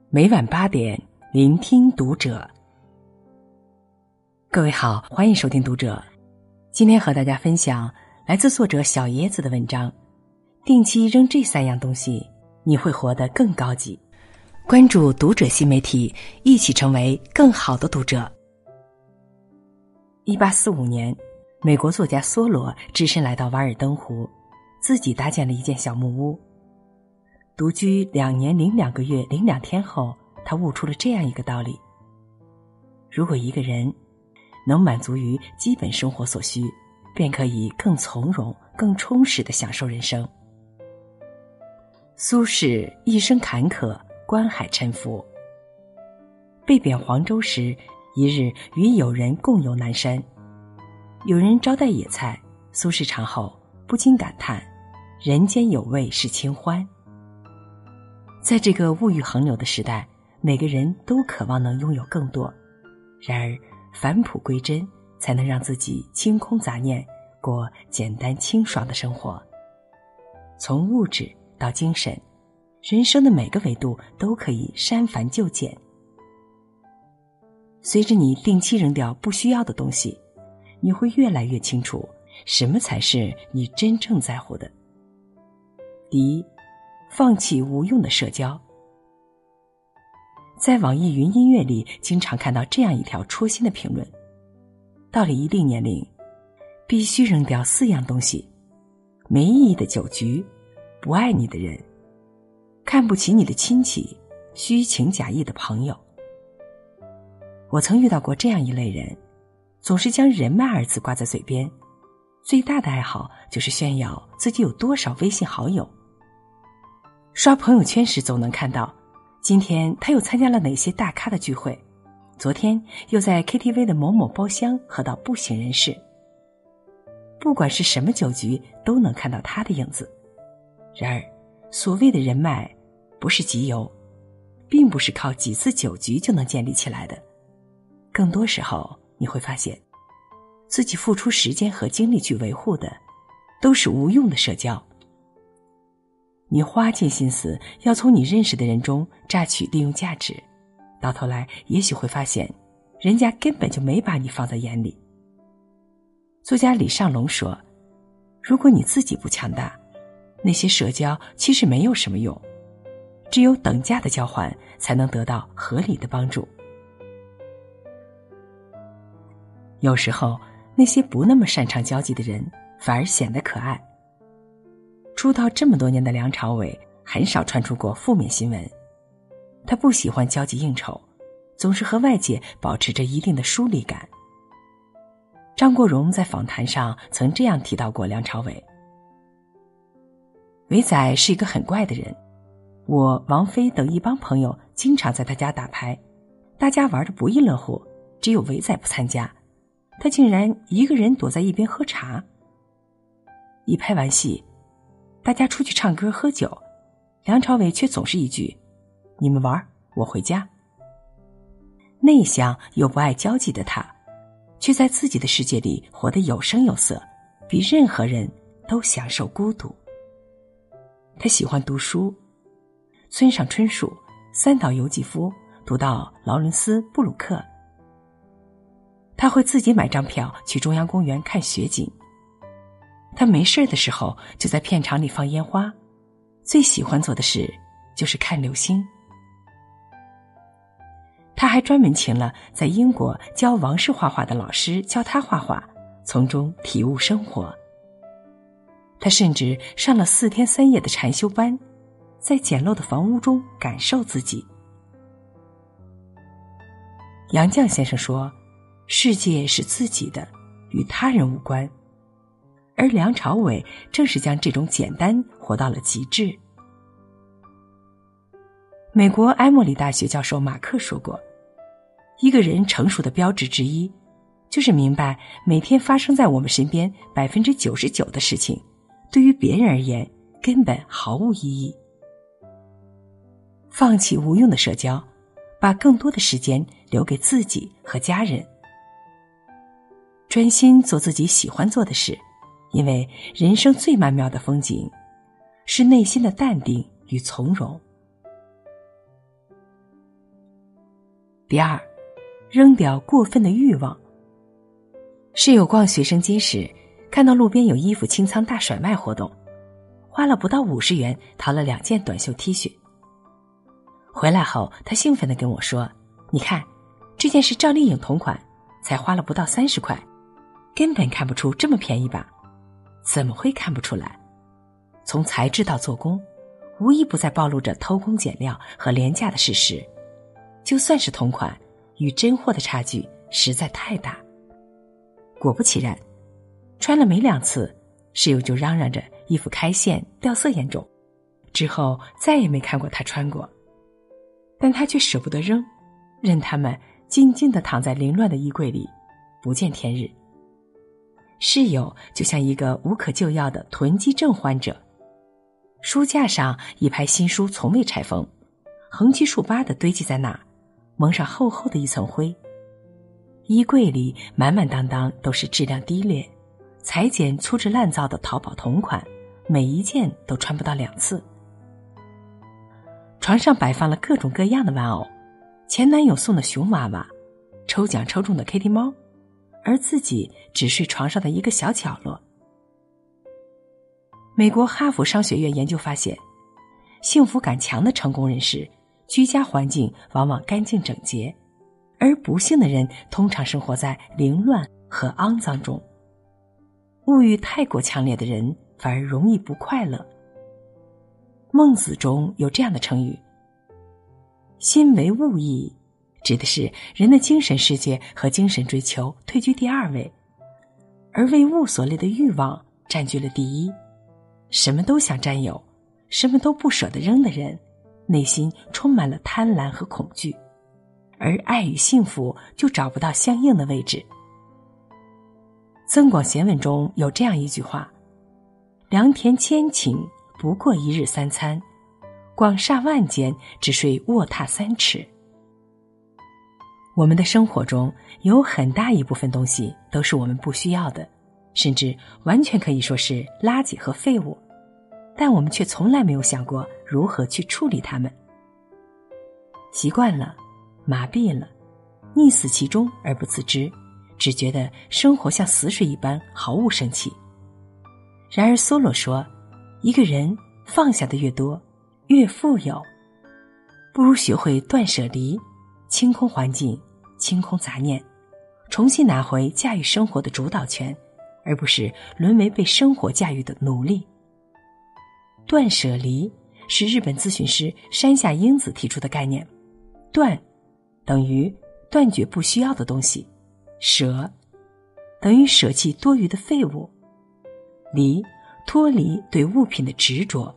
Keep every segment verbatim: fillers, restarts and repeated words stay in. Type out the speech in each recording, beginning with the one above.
每晚八点，聆听读者。各位好，欢迎收听读者。今天和大家分享来自作者小椰子的文章，定期扔这三样东西，你会活得更高级。关注读者新媒体，一起成为更好的读者。一八四五年，美国作家梭罗只身来到瓦尔登湖，自己搭建了一间小木屋。独居两年零两个月零两天后，他悟出了这样一个道理：如果一个人能满足于基本生活所需，便可以更从容、更充实地享受人生。苏轼一生坎坷，观海沉浮。被贬黄州时，一日与友人共游南山，有人招待野菜，苏轼尝后不禁感叹：人间有味是清欢。在这个物欲横流的时代，每个人都渴望能拥有更多，然而返璞归真，才能让自己清空杂念，过简单清爽的生活。从物质到精神，人生的每个维度都可以删繁就简。随着你定期扔掉不需要的东西，你会越来越清楚什么才是你真正在乎的。第一，放弃无用的社交。在网易云音乐里经常看到这样一条戳心的评论：到了一定年龄，必须扔掉四样东西：没意义的酒局，不爱你的人，看不起你的亲戚，虚情假意的朋友。我曾遇到过这样一类人，总是将人脉二字挂在嘴边，最大的爱好就是炫耀自己有多少微信好友。刷朋友圈时总能看到，今天他又参加了哪些大咖的聚会，昨天又在 K T V 的某某包厢喝到不省人事。不管是什么酒局，都能看到他的影子。然而，所谓的人脉不是集邮，并不是靠几次酒局就能建立起来的。更多时候，你会发现，自己付出时间和精力去维护的，都是无用的社交。你花尽心思要从你认识的人中榨取利用价值，到头来也许会发现，人家根本就没把你放在眼里。作家李尚龙说，如果你自己不强大，那些社交其实没有什么用，只有等价的交换才能得到合理的帮助。有时候，那些不那么擅长交际的人反而显得可爱。出道这么多年的梁朝伟很少传出过负面新闻，他不喜欢交际应酬，总是和外界保持着一定的疏离感。张国荣在访谈上曾这样提到过梁朝伟：伟仔是一个很怪的人，我王菲等一帮朋友经常在他家打牌，大家玩得不亦乐乎，只有伟仔不参加，他竟然一个人躲在一边喝茶。一拍完戏，大家出去唱歌喝酒，梁朝伟却总是一句：你们玩，我回家。内向又不爱交际的他，却在自己的世界里活得有声有色，比任何人都享受孤独。他喜欢读书，村上春树、三岛由纪夫读到劳伦斯·布鲁克。他会自己买张票去中央公园看雪景。他没事的时候就在片场里放烟花，最喜欢做的事就是看流星。他还专门请了在英国教王室画画的老师教他画画，从中体悟生活。他甚至上了四天三夜的禅修班，在简陋的房屋中感受自己。杨绛先生说，世界是自己的，与他人无关。而梁朝伟正是将这种简单活到了极致。美国埃默里大学教授马克说过，一个人成熟的标志之一，就是明白每天发生在我们身边 百分之九十九 的事情，对于别人而言根本毫无意义。放弃无用的社交，把更多的时间留给自己和家人，专心做自己喜欢做的事，因为人生最曼妙的风景是内心的淡定与从容。 第二，扔掉过分的欲望。室友逛学生街时，看到路边有衣服清仓大甩卖活动，花了不到五十元淘了两件短袖 T 恤。回来后，他兴奋地跟我说：“你看，这件是赵丽颖同款，才花了不到三十块，根本看不出这么便宜吧？”怎么会看不出来？从材质到做工，无一不在暴露着偷工减料和廉价的事实。就算是同款，与真货的差距实在太大。果不其然，穿了没两次，室友就嚷嚷着衣服开线掉色严重，之后再也没看过他穿过。但他却舍不得扔，任他们静静地躺在凌乱的衣柜里，不见天日。室友就像一个无可救药的囤积症患者，书架上一排新书从未拆封，横七竖八地堆积在那儿，蒙上厚厚的一层灰。衣柜里满满当当都是质量低劣、裁剪粗制滥造的淘宝同款，每一件都穿不到两次。床上摆放了各种各样的玩偶，前男友送的熊娃娃，抽奖抽中的 Kitty 猫，而自己只睡床上的一个小角落。美国哈佛商学院研究发现，幸福感强的成功人士，居家环境往往干净整洁，而不幸的人通常生活在凌乱和肮脏中。物欲太过强烈的人反而容易不快乐。孟子中有这样的成语：心为物役，指的是人的精神世界和精神追求退居第二位，而为物所累的欲望占据了第一。什么都想占有，什么都不舍得扔的人，内心充满了贪婪和恐惧，而爱与幸福就找不到相应的位置。增广贤文中有这样一句话：良田千顷，不过一日三餐，广厦万间，只睡卧榻三尺。我们的生活中有很大一部分东西都是我们不需要的，甚至完全可以说是垃圾和废物，但我们却从来没有想过如何去处理它们。习惯了，麻痹了，溺死其中而不自知，只觉得生活像死水一般毫无生气。然而梭罗说，一个人放下的越多，越富有。不如学会断舍离，清空环境，清空杂念，重新拿回驾驭生活的主导权，而不是沦为被生活驾驭的奴隶。断舍离是日本咨询师山下英子提出的概念，断等于断绝不需要的东西，舍等于舍弃多余的废物，离脱离对物品的执着。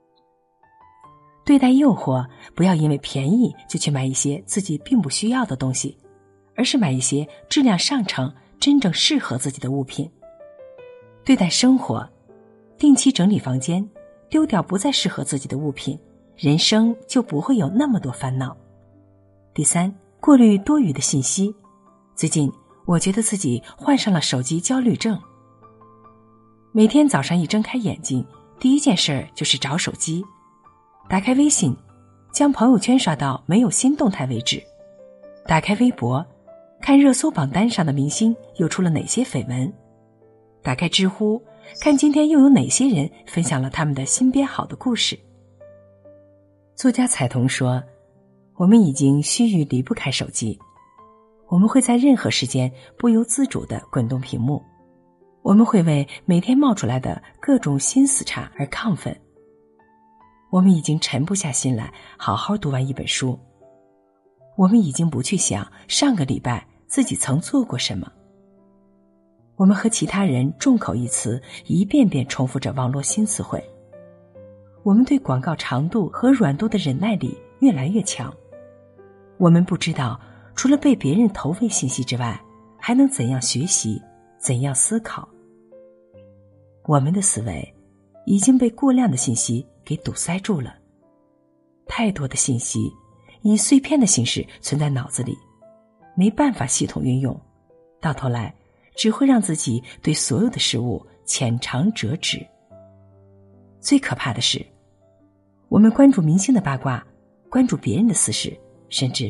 对待诱惑，不要因为便宜就去买一些自己并不需要的东西，而是买一些质量上乘、真正适合自己的物品。对待生活，定期整理房间，丢掉不再适合自己的物品，人生就不会有那么多烦恼。第三，过滤多余的信息。最近我觉得自己患上了手机焦虑症，每天早上一睁开眼睛，第一件事就是找手机，打开微信，将朋友圈刷到没有新动态为止，打开微博，看热搜榜单上的明星又出了哪些绯闻，打开知乎，看今天又有哪些人分享了他们的新编好的故事。作家彩童说，我们已经须臾离不开手机，我们会在任何时间不由自主地滚动屏幕，我们会为每天冒出来的各种新死叉而亢奋，我们已经沉不下心来好好读完一本书，我们已经不去想上个礼拜自己曾做过什么，我们和其他人众口一词，一遍遍重复着网络新词汇，我们对广告长度和软度的忍耐力越来越强，我们不知道除了被别人投喂信息之外，还能怎样学习，怎样思考。我们的思维已经被过量的信息给堵塞住了，太多的信息以碎片的形式存在脑子里，没办法系统运用，到头来只会让自己对所有的事物浅尝辄止。最可怕的是，我们关注明星的八卦，关注别人的私事，甚至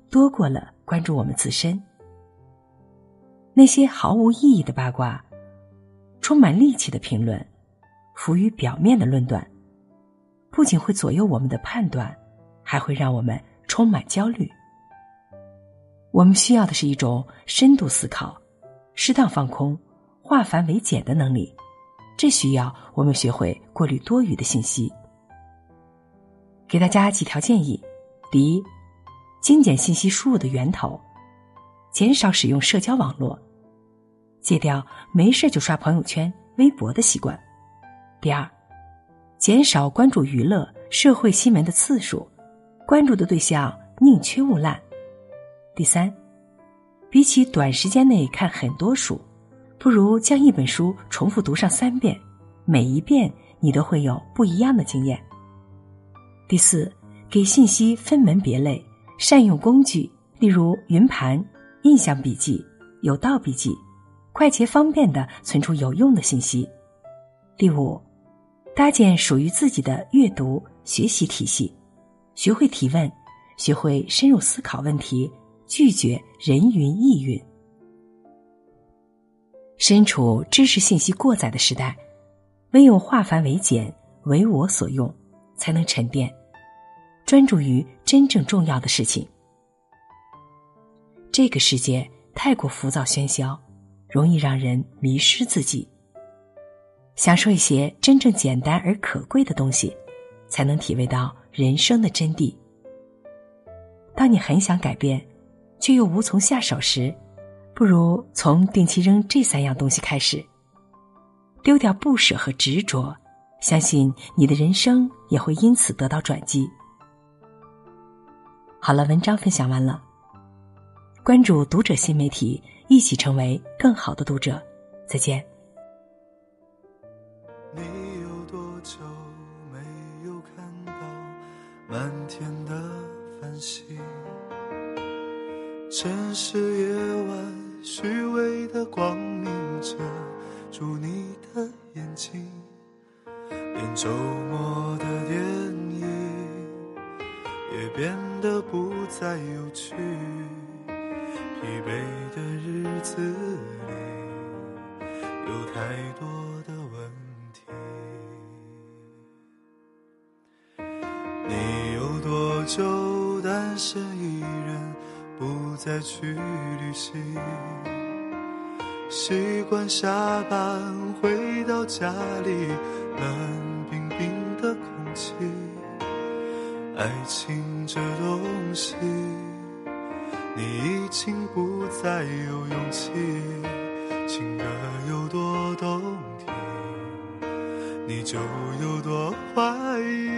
多过了关注我们自身。那些毫无意义的八卦，充满戾气的评论，浮于表面的论断，不仅会左右我们的判断，还会让我们充满焦虑。我们需要的是一种深度思考、适当放空、化繁为简的能力，这需要我们学会过滤多余的信息。给大家几条建议：第一，精简信息输入的源头，减少使用社交网络，戒掉没事就刷朋友圈、微博的习惯。第二，减少关注娱乐、社会新闻的次数，关注的对象宁缺毋滥。第三，比起短时间内看很多书，不如将一本书重复读上三遍，每一遍你都会有不一样的经验。第四，给信息分门别类，善用工具，例如云盘、印象笔记、有道笔记，快捷方便地存出有用的信息。第五，搭建属于自己的阅读学习体系，学会提问，学会深入思考问题，拒绝人云亦云。身处知识信息过载的时代，唯有化繁为简，为我所用，才能沉淀，专注于真正重要的事情。这个世界太过浮躁喧嚣，容易让人迷失自己。享受一些真正简单而可贵的东西，才能体味到人生的真谛。当你很想改变，却又无从下手时，不如从定期扔这三样东西开始。丢掉不舍和执着，相信你的人生也会因此得到转机。好了，文章分享完了。关注读者新媒体，一起成为更好的读者。再见。 你有多久没有看到满天的繁星？城市夜晚虚伪的光明遮住你的眼睛，连周末的电影也变得不再有趣，疲惫的日子里有太多的问题。你有多久单身一人不再去旅行？习惯下班回到家里，冷冰冰的空气。爱情这东西，你已经不再有勇气。情歌有多动听，你就有多怀疑。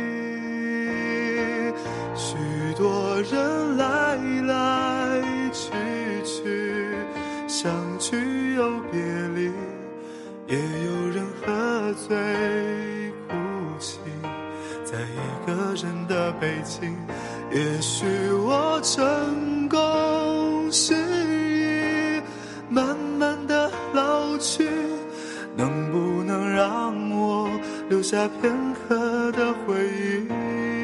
许多人来来去去，相聚又别离，也有人喝醉哭泣，在一个人的北京。也许我成功失意，慢慢的老去，能不能让我留下片刻的回忆？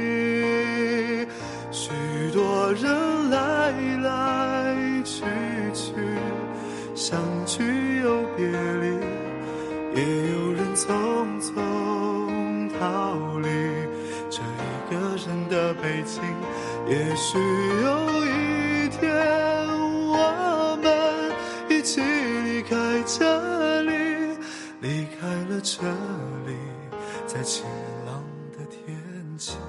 许多人来来去去，相聚又别离，也有人匆匆逃离这一个人的北京。也许有一天我们一起离开这里，离开了这里，在晴朗的天气。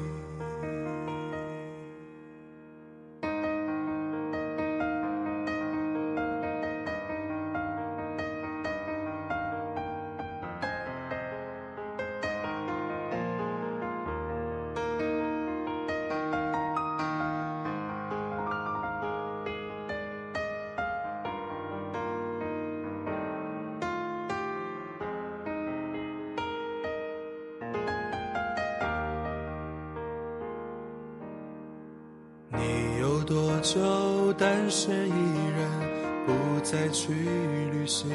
你有多久单身一人不再去旅行？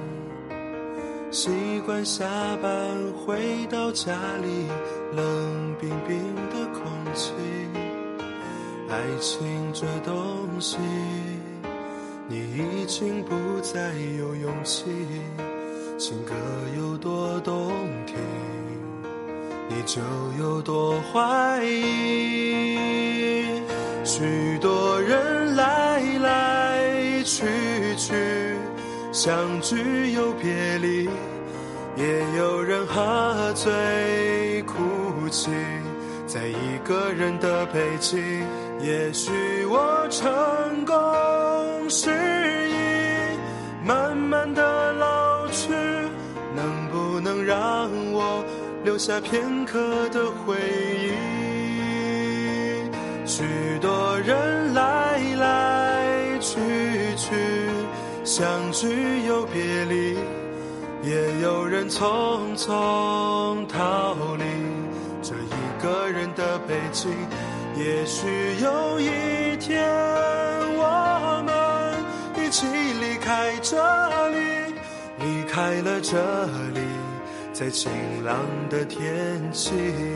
习惯下班回到家里，冷冰冰的空气。 爱情这东西，你已经不再有勇气。情歌有多动听，你就有多怀疑。许多人来来去去，相聚又别离，也有人喝醉哭泣，在一个人的北京。也许我成功失意，慢慢的老去，能不能让我留下片刻的回忆？许多人来来去去，相聚又别离，也有人匆匆逃离这一个人的北京。也许有一天我们一起离开这里，离开了这里，在晴朗的天气，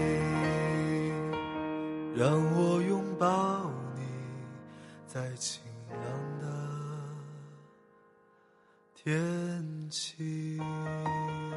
让我拥抱你，在晴朗的天气。